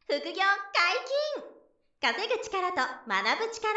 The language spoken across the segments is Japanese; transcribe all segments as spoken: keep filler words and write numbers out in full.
副業解禁。稼ぐ力と学ぶ力。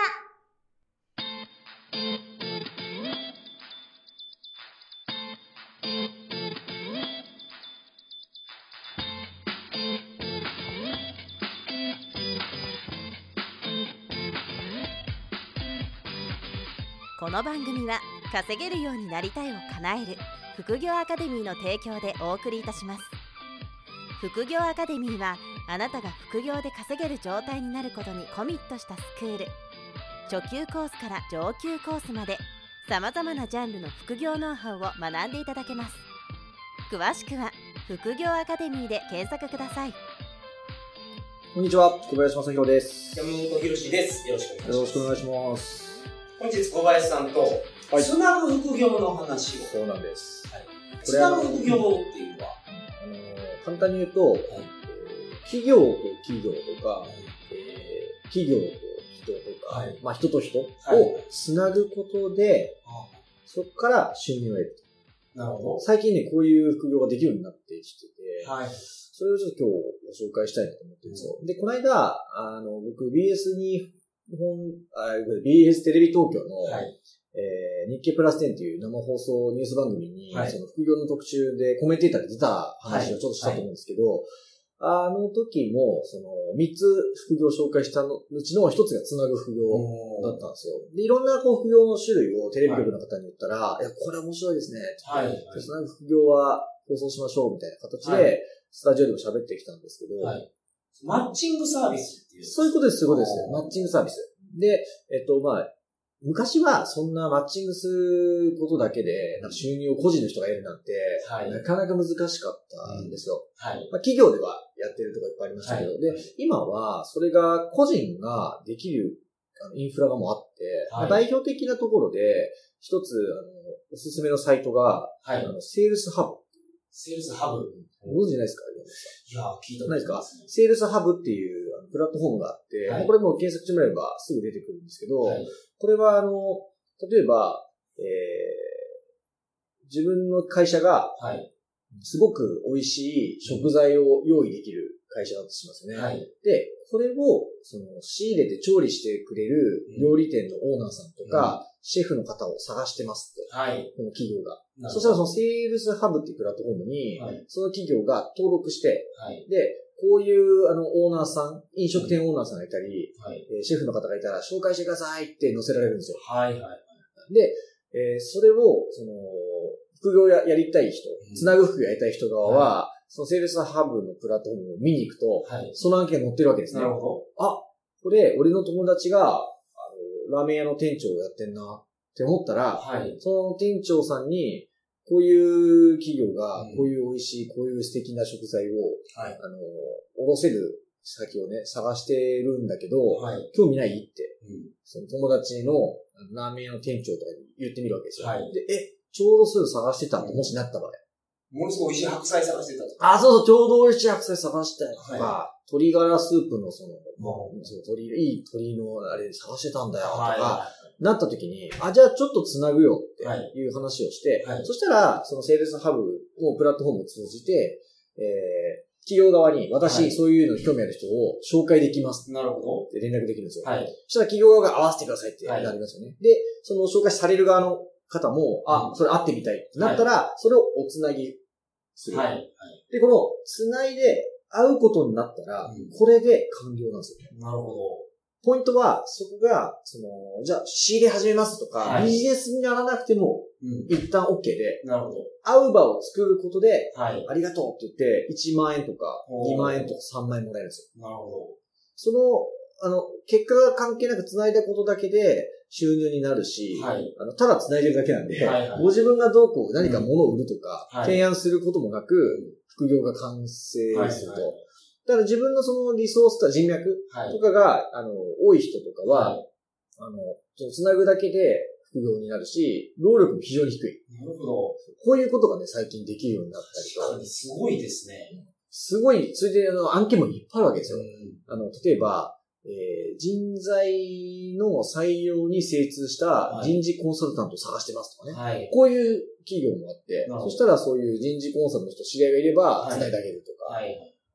この番組は稼げるようになりたいを叶える副業アカデミーの提供でお送りいたします。副業アカデミーはあなたが副業で稼げる状態になることにコミットしたスクール。初級コースから上級コースまでさまざまなジャンルの副業ノウハウを学んでいただけます。詳しくは副業アカデミーで検索ください。 こんにちは、小林正弘です。 山本博史です。よろしくお願いします。 よろしくお願いします。 本日小林さんと、はい、つなぐ副業の話を。 そうなんです。 はい、つなぐ副業っていうのは、 あのー、簡単に言うと、はい、企業と企業とか、はい、えー、企業と人とか、はい、まあ人と人をつなぐことで、はい、そこから収入を得ると。なるほど。最近ね、こういう副業ができるようになってきてて、はい、それをちょっと今日ご紹介したいなと思ってるんですよ。うん、で、この間、あの、僕 ビーエス に本あ ビーエス テレビ東京の、はい、えー、日経プラスじゅうっていう生放送ニュース番組に、はい、その副業の特集でコメンテーターで出た話をちょっとしたと思うんですけど、はいはい、あの時も、そのみっつ副業を紹介したのうちのひとつがつなぐ副業だったんですよ。で、いろんなこう副業の種類をテレビ局の方に言ったら、はい、いや、これ面白いですね。はいはい、つなぐ副業は放送しましょうみたいな形で、はい、スタジオでも喋ってきたんですけど、はい、 マッチングサービスっていう。 そういうことです、そういうことです。マッチングサービス。で、えっと、まあ、昔はそんなマッチングすることだけで、なんか収入を個人の人が得るなんて、はい、なかなか難しかったんですよ。はい、まあ、企業ではやってるところいっぱいありましたけど、はい、で、今はそれが個人ができるインフラがもうあって、はい、まあ、代表的なところで、一つ、あの、おすすめのサイトが、はい、あのセールスハブ。 セールスハブ。 ご存知ないですか？ いや、聞いたことないですか？セールスハブっていうプラットフォームがあって、はい、これも検索してもらえばすぐ出てくるんですけど、はい、これはあの、例えば、えー、自分の会社が、すごく美味しい食材を用意できる会社だとしますよね。はい、で、これを、その、仕入れて調理してくれる料理店のオーナーさんとか、うん、シェフの方を探してますと。はい、この企業が。そしたらそのセールスハブっていうプラットフォームに、はい、その企業が登録して、はい、で、こういう、あの、オーナーさん、飲食店オーナーさんがいたり、はい、えー、シェフの方がいたら、紹介してくださいって載せられるんですよ。はい、はい。で、えー、それを、その、副業や、やりたい人、うん、つなぐ副業やりたい人側は、はい、そのセールスハブのプラットフォームを見に行くと、はい、その案件が載ってるわけですね。なるほど。あ、これ、俺の友達が、あの、ラーメン屋の店長をやってんなって思ったら、はい、その店長さんに、こういう企業が、こういう美味しい、こういう素敵な食材を、はい、あの、おろせる先をね、探してるんだけど、はい、興味ないって、うん、その友達のラーメン屋の店長とかに言ってみるわけですよ。はい、で、え、ちょうどそういうの探してたと、もしなった場合。 ものすごい美味しい白菜探してたとか。 あ、そうそう、ちょうど美味しい白菜探したりとか、はい、鶏ガラスープのその、うん、その鶏、いい鶏のあれ探してたんだよとか、はい、なった時に、あ、じゃあちょっとつなぐよっていう話をして、はい、そしたら、そのセールスハブのプラットフォームを通じて、えー、企業側に私、はい、そういうのに興味ある人を紹介できます。 なるほど。 って連絡できるんですよ。はい。そしたら企業側が合わせてくださいってなりますよね。はい、で、その紹介される側の方も、あ、それ会ってみたいってなったら、はい、それをおつなぎする。はい。はい。で、このつないで会うことになったら、うん、これで完了なんですよね。 なるほど。 ポイントは、そこが、その、じゃあ、仕入れ始めますとか、はい、ビジネスにならなくても、うん、一旦 OK で、なるほど。会う場を作ることで、はい、ありがとうって言って、いちまんえんとか、にまんえんとかさんまんえんもらえるんですよ。なるほど。その、あの、結果が関係なく繋いだことだけで収入になるし、はい、あのただ繋いでるだけなんで、はいはい、ご自分がどうこう何か物を売るとか、うん、提案することもなく、副業が完成すると。はいはい、だから自分のそのリソースとか人脈とかが、はい、あの、多い人とかは、はい、あの、繋ぐだけで副業になるし、労力も非常に低い。 なるほど。 こういうことがね、最近できるようになったりと。 確かにすごいですね。 すごい、それであの案件もいっぱいあるわけですよ。うん、あの、例えば、えー、人材の採用に精通した人事コンサルタントを探してますとかね。はい、こういう企業もあって、そしたらそういう人事コンサルの人知り合いがいれば繋いであげるとか。はいはい、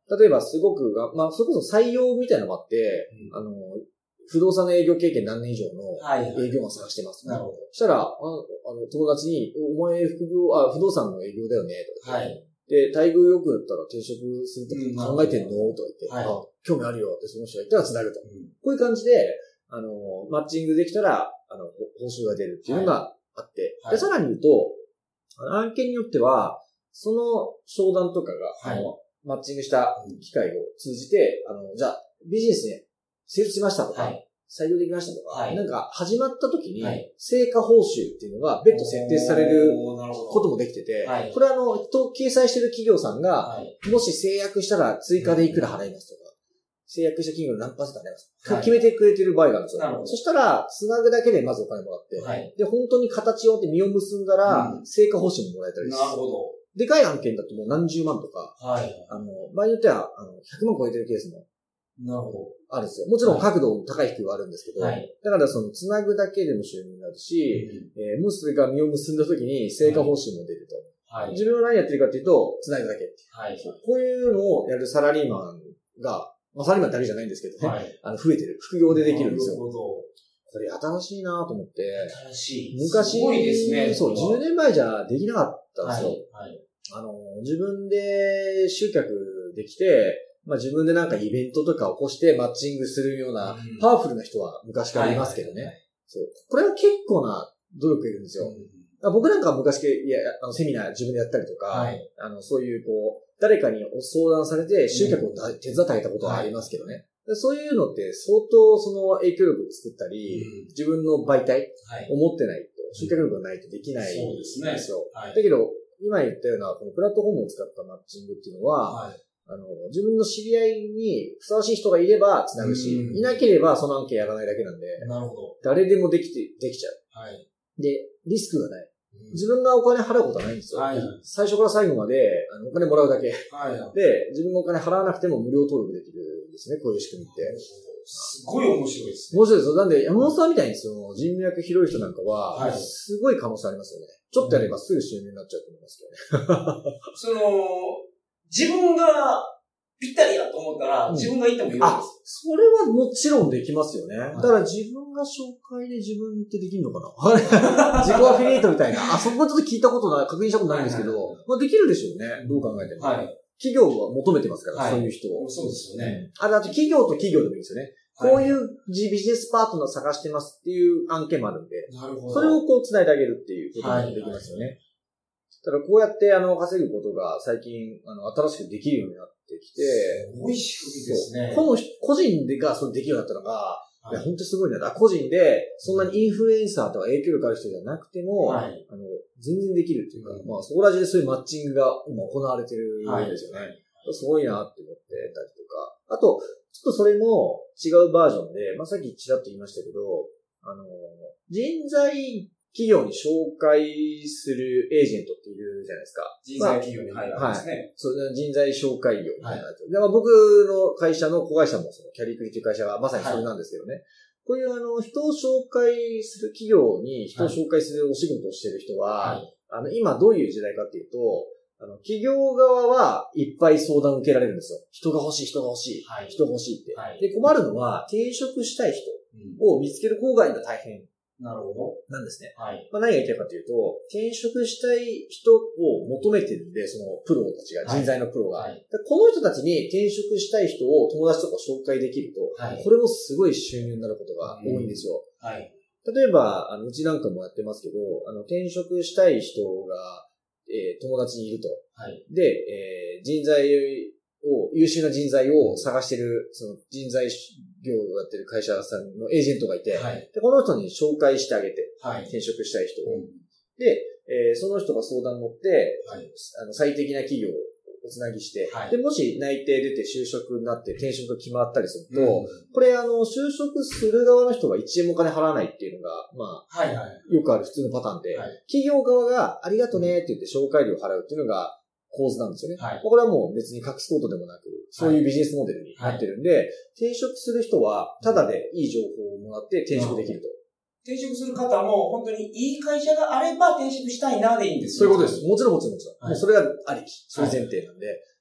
例えばすごくが、まあ、それこそ採用みたいなのもあって、うん、あの、不動産の営業経験何年以上の営業マン探してます、ね。はいはい、なるほど。そしたら、ああの友達に、お前副業、あ、不動産の営業だよね、とか。はい。で、待遇良くなったら転職するとき考えてんの、とか言って、はい、あ、興味あるよってその人が言ったら繋ぐと。うん、こういう感じで、あの、マッチングできたら、あの、報酬が出るっていうのがあって、はい、で、さらに言うと、案件によっては、その商談とかが、はい、あの、マッチングした機会を通じて、あの、じゃあ、ビジネスね、成立しましたとか、はい、採用できましたとか、はい、なんか始まった時に、成果報酬っていうのが別途設定されることもできてて、はい、これはあの、と、掲載してる企業さんが、はい、もし制約したら追加でいくら払いますとか、制約した企業の何パーセント払いますとか、はい、決めてくれてる場合があるんですよ。そしたら、繋ぐだけでまずお金もらって、はい、で、本当に形を持って実を結んだら、うん、成果報酬ももらえたりする。なるほど。でかい案件だともう何十万とか、はい、あの、場合によっては、あの、ひゃくまん超えてるケースも、なるほど。あるんですよ。もちろん角度高い低いはあるんですけど、はい、だからその、つなぐだけでも収入になるし、うん、えー、もしそれが実を結んだ時に成果報酬も出ると。はい、自分は何やってるかっていうと、つなぐだけっていう。はい、こういうのをやるサラリーマンが、まあサラリーマンだけじゃないんですけどね、はい、あの、増えてる。副業でできるんですよ。なるほど。これ新しいなと思って。 新しい。 昔、すごいですね。そう、じゅうねんまえじゃできなかったんですよ。はい。はい、あの、自分で集客できて、まあ自分でなんかイベントとか起こしてマッチングするようなパワフルな人は昔からいますけどね。はいはいはい、そう。これは結構な努力いるんですよ。うん、僕なんかは昔いやあのセミナー自分でやったりとか、はい、あのそういうこう、誰かに相談されて集客を手伝ってあげたことはありますけどね。うん、そういうのって相当その影響力を作ったり、うん、自分の媒体を持ってないと、集客力がないとできないんですよ。そうですね。はい、だけど、今言ったようなこのプラットフォームを使ったマッチングっていうのは、はい、あの、自分の知り合いにふさわしい人がいれば繋ぐし、いなければその案件やらないだけなんで、なるほど。誰でもできて、できちゃう。はい。で、リスクがない。自分がお金払うことはないんですよ。はい。最初から最後まで、あの、お金もらうだけ。はい。で、自分がお金払わなくても無料登録できるんですね、こういう仕組みって。 すごい面白いですね。 面白いですよ。なんで、山本さんみたいにその人脈広い人なんかは、はい、すごい可能性ありますよね。ちょっとやればすぐ収入になっちゃうと思いますけどね。 その、自分がぴったりやと思ったら、うん、自分が行ってもいいんですか？ それはもちろんできますよね。はい、だから自分が紹介で自分ってできるのかな自己アフィリエイトみたいな。あ、そこはちょっと聞いたことない、確認したことないんですけど、はいはいはい、まあできるでしょうね。どう考えても。はい、企業は求めてますから、はい、そういう人を。 そうですよね。 あ、だって企業と企業でもいいですよね。こういうビジネスパートナー探してますっていう案件もあるんで、なるほど。それをこう繋いであげるっていうこともできますよね。はいはい、ただこうやってあの稼ぐことが最近あの新しくできるようになってきて、 すごい仕組みですね。 この個人でがそれできるようになったのが、はい、いや本当にすごいな。個人でそんなにインフルエンサーとか影響力ある人じゃなくても、はい、あの全然できるっていうか、うん、まあそこら中でそういうマッチングが今行われてるんですよね。はい、すごいなって思ってたりとか、あとちょっとそれの違うバージョンで、まあさっきちらっと言いましたけど、あの人材企業に紹介するエージェントっているじゃないですか。 人材企業に入るんですね。はい。 そう、人材紹介業みたいなやつ。はい、だから僕の会社の子会社もそのキャリークリっていう会社がまさにそれなんですけどね。はい、こういうあの、人を紹介する企業に人を紹介するお仕事をしてる人は、はい、あの、今どういう時代かっていうと、あの、企業側はいっぱい相談を受けられるんですよ。人が欲しい、人が欲しい、はい、人が欲しいって、はい。で、困るのは転職したい人を見つける方が今大変。 なるほど。 なんですね。はい。まあ、何が言いたいかというと、転職したい人を求めてるんで、そのプロたちが、人材のプロが。はい、この人たちに転職したい人を友達とか紹介できると、はい、これもすごい収入になることが多いんですよ。うん、はい。例えば、あの、うちなんかもやってますけど、あの、転職したい人が、えー、友達にいると。はい。で、えー、人材を、優秀な人材を探してる、その人材業をやってる会社さんのエージェントがいて、はい、でこの人に紹介してあげて、はい、転職したい人を。うん、で、えー、その人が相談に乗って、はい、あの最適な企業をおつなぎして、はい、で、もし内定出て就職になって転職が決まったりすると、うん、これあの、就職する側の人がいちえんもお金払わないっていうのが、まあ、はいはい、よくある普通のパターンで、はい、企業側がありがとねって言って紹介料を払うっていうのが構図なんですよね。はい、これはもう別に隠すことでもなく、そういうビジネスモデルになってるんで、はい、転職する人はただでいい情報をもらって転職できると。 転職する方も本当にいい会社があれば転職したいなでいいんですよ。そういうことです。もちろんもちろんもちろん。はい、もうそれがありき。それ前提なんで。はい、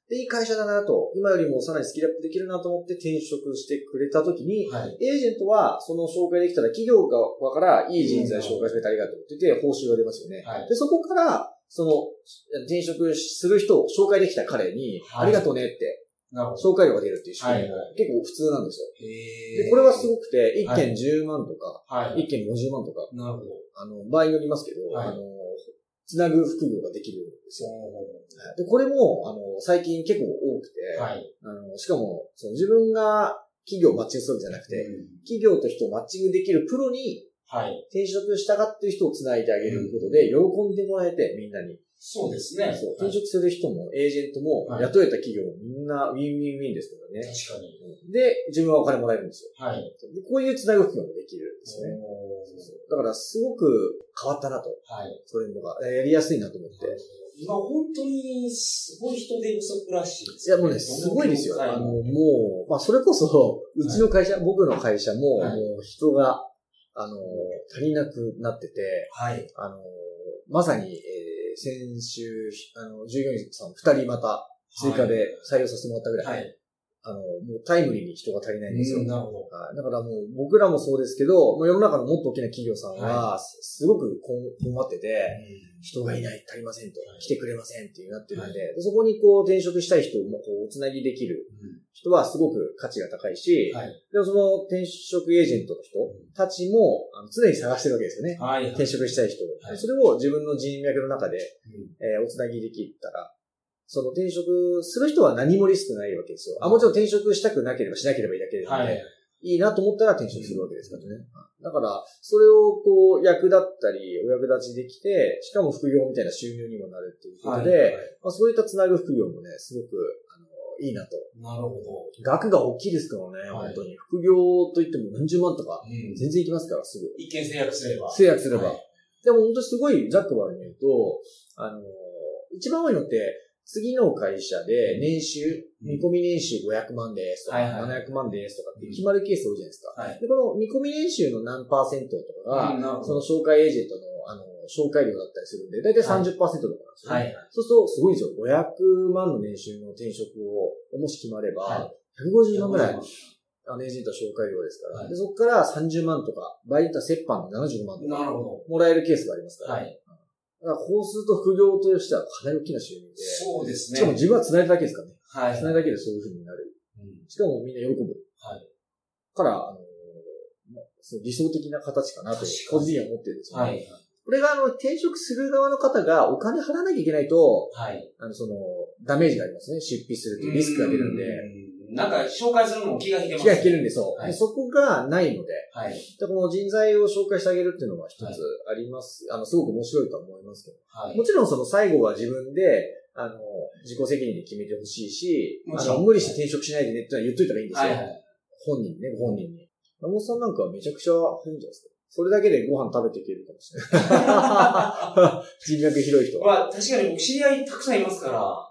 で、いい会社だなと、今よりもさらにスキルアップできるなと思って転職してくれたときに、はい、エージェントはその紹介できたら企業側からいい人材紹介してくれてありがとうって言って報酬が出ますよね。はい、で、そこから、その、転職する人を紹介できた彼に、ありがとうねって、紹介料が出るっていう仕組みも結構普通なんですよ。で、これはすごくて、いっけんじゅうまんとか、はい、いっけんごじゅうまんとか、なるほど。あの、場合によりますけど、はい、あの、つなぐ副業ができるんですよ。で、これも、あの、最近結構多くて、はい、あの、しかも、その自分が企業をマッチングするわけじゃなくて、うん、企業と人をマッチングできるプロに、はい、転職したがってる人をつないであげることで、喜んでもらえて、みんなに。 そうですね。 そう。転職する人も、エージェントも、雇えた企業もみんなウィンウィンウィンですからね。 確かに。 で、自分はお金もらえるんですよ。はい。でこういうつなぐ副業もできるんですよね。そうそうだから、すごく変わったなと。はい。そういうのが、やりやすいなと思って。 今、本当に、すごい人手不足らしいですね。いや、もうね、すごいですよ。あの、もう、まあ、それこそ、うちの会社、はい、僕の会社も、はい、もう人が、あの、足りなくなってて、はい。あの、まさに、えー、先週、あの、従業員さん二人また追加で採用させてもらったぐらい、はい。あの、もうタイムリーに人が足りないんですよ。なるほど。だからもう僕らもそうですけど、もう世の中のもっと大きな企業さんは、すごく困ってて、人がいない、足りませんと、来てくれませんっていうなってるんで、でそこにこう転職したい人もこうおつなぎできる人はすごく価値が高いし、はい、でもその転職エージェントの人たちもあの常に探してるわけですよね。はいはい、転職したい人、はい。それを自分の人脈の中で、うんえー、おつなぎできたら、その転職する人は何もリスクないわけですよ。あ、もちろん転職したくなければしなければいいだけで、はい、いいなと思ったら転職するわけですからね。うん、だから、それをこう、役立ったり、お役立ちできて、しかも副業みたいな収入にもなるっていうことで、はいはいまあ、そういったつなぐ副業もね、すごく、あの、いいなと。 なるほど。 額が大きいですからね、はい、本当に。副業といっても何十万とか、全然いきますから、すぐ。 一見制約すれば。 制約すれば。はい、でも本当にすごい、ざっくばらんに言うと、あの、一番多いのって、次の会社で年収、見込み年収ごひゃくまんですとか、はいはい、ななひゃくまんですとかって決まるケース多いじゃないですか。はい、で、この見込み年収の何パーセントとかが、うん、その紹介エージェントの、あの、紹介料だったりするんで、だいたい さんじゅっパーセント とかなんですよね。はいはい、そうすると、すごいんですよ。ごひゃくまんの年収の転職を、もし決まれば、はい、ひゃくごじゅうまんぐらい、あの、エージェント紹介料ですから、はい、で、そこからさんじゅうまんとか、場合によっては折半のななじゅうごまんとか、もらえるケースがありますから。はいだからこうすると副業としてはかなり大きな収入で。 そうですね。 しかも自分は繋いだだけですからね。はい。繋いだだけでそういう風になる。うん、しかもみんな喜ぶ。はい。から、あのー、その理想的な形かなと、個人的には思ってるんですよね。はい。これがあの、転職する側の方がお金払わなきゃいけないと、はい。あの、その、ダメージがありますね。出費するというリスクが出るんで。 なんか、紹介するのも気が引けますね。気が引けるんで、そう。はい、でそこがないので、はい。でこの人材を紹介してあげるっていうのは一つあります。はい、あの、すごく面白いと思いますけど。はい。もちろんその最後は自分で、あの、自己責任で決めてほしいし、あの、無理して転職しないでねってのは言っといたらいいんですよ。はい、はい。本人にね、本人に。山本さんなんかはめちゃくちゃいいんじゃないですか。それだけでご飯食べていけるかもしれない。人脈広い人は。まあ、確かに僕知り合いたくさんいますから。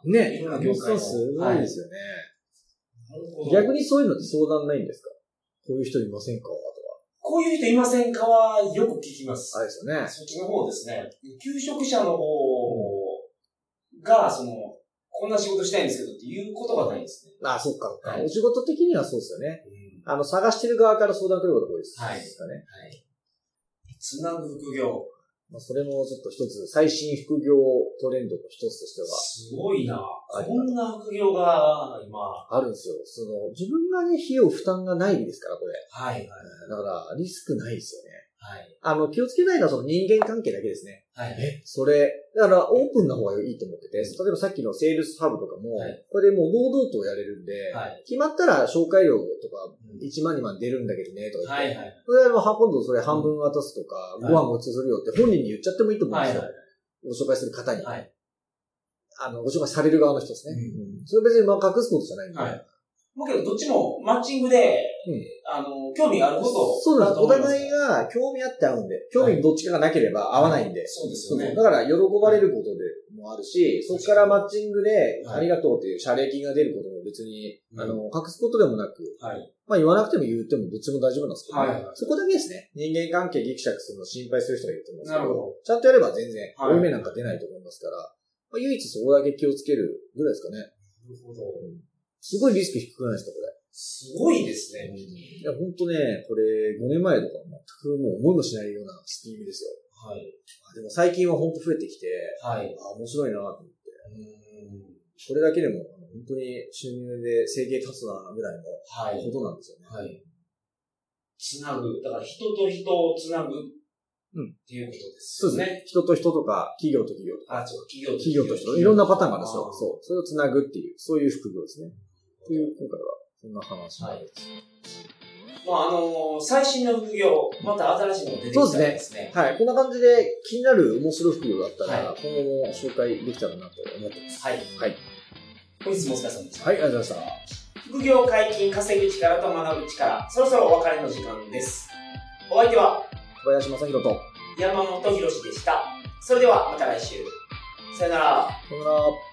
ね。いろんな業界の。すごいですよね。はい、逆にそういうのって相談ないんですか？こういう人いませんか？とか。 こういう人いませんかはよく聞きます。 あれですよね。 そっちの方ですね。求職者の方が、その、こんな仕事したいんですけどっていうことがないんですね。 ああ、そっか、はい。お仕事的にはそうですよね。うん、あの、探してる側から相談来ることが多いです。はい。ですかね。はい。 つなぐ副業。 まあ、それもちょっと一つ、最新副業トレンドの一つとしては。 すごいな。こんな副業が今。 あるんですよ。その、自分がね、費用負担がないんですから、これ。はい。はい、だから、リスクないですよね。はい。あの、気をつけたいのはその人間関係だけですね。はい。え、それ、だからオープンな方がいいと思ってて、例えばさっきのセールスハブとかも、はい、これでもう堂々とやれるんで、はい、決まったら紹介料とかいちまんにまん出るんだけどね、とか言って、はいはい、それは今度それ半分渡すとか、はい、ご飯ごちそうするよって本人に言っちゃってもいいと思うんですよ。はいはい、ご紹介する方に。はい。あの、ご紹介される側の人ですね。うんうん、それ別にまあ隠すことじゃないんで。はい。 もうけど、どっちもマッチングで、うん、あの、興味があることそうなんです。お互いが興味あって合うんで、興味どっちかがなければ合わないんで。はい、そうですよね。だから喜ばれることでもあるし、そこからマッチングで、ありがとうという謝礼金が出ることも別に、はい、あの、隠すことでもなく、はい、まあ言わなくても言ってもどっちも大丈夫なんですけど、ね、はいはい、そこだけですね。人間関係ギクシャクするのを心配する人がいると思うんですけど、なるほどちゃんとやれば全然、負い目なんか出ないと思いますから、まあ、唯一そこだけ気をつけるぐらいですかね。 るほど。 すごいリスク低くないですか、これ。 すごいですね。 うん、いや、ほんとね、これごねんまえとか全くもう思いもしないようなスキームですよ。 はい。 でも最近はほんと増えてきて、 はい。 あ、面白いなと思って。 うん。 これだけでも本当に収入で生計立つなぐらいのことなんですよね。 はい。はい、つなぐ。だから人と人をつなぐ。うん。っていうことですよね。そうですね。 人と人とか、企業と企業とか。 あ、そう、企業と企業と人。いろんなパターンがあるんですよ。そう。それをつなぐっていう、そういう副業ですね。という、今回はそんな話です。はい。 まあ、あのー、最新の副業、また新しいのが出てきたんですね。 そうですね。はい。こんな感じで気になる面白い副業だったら、はい、今後も紹介できたらなと思ってます。はい。はい。 本日もお疲れ様でした。 はい、ありがとうございました。 副業解禁、稼ぐ力と学ぶ力、そろそろお別れの時間です。お相手は、 小林正宏と山本博史でした。それではまた来週。さよなら。 さよなら。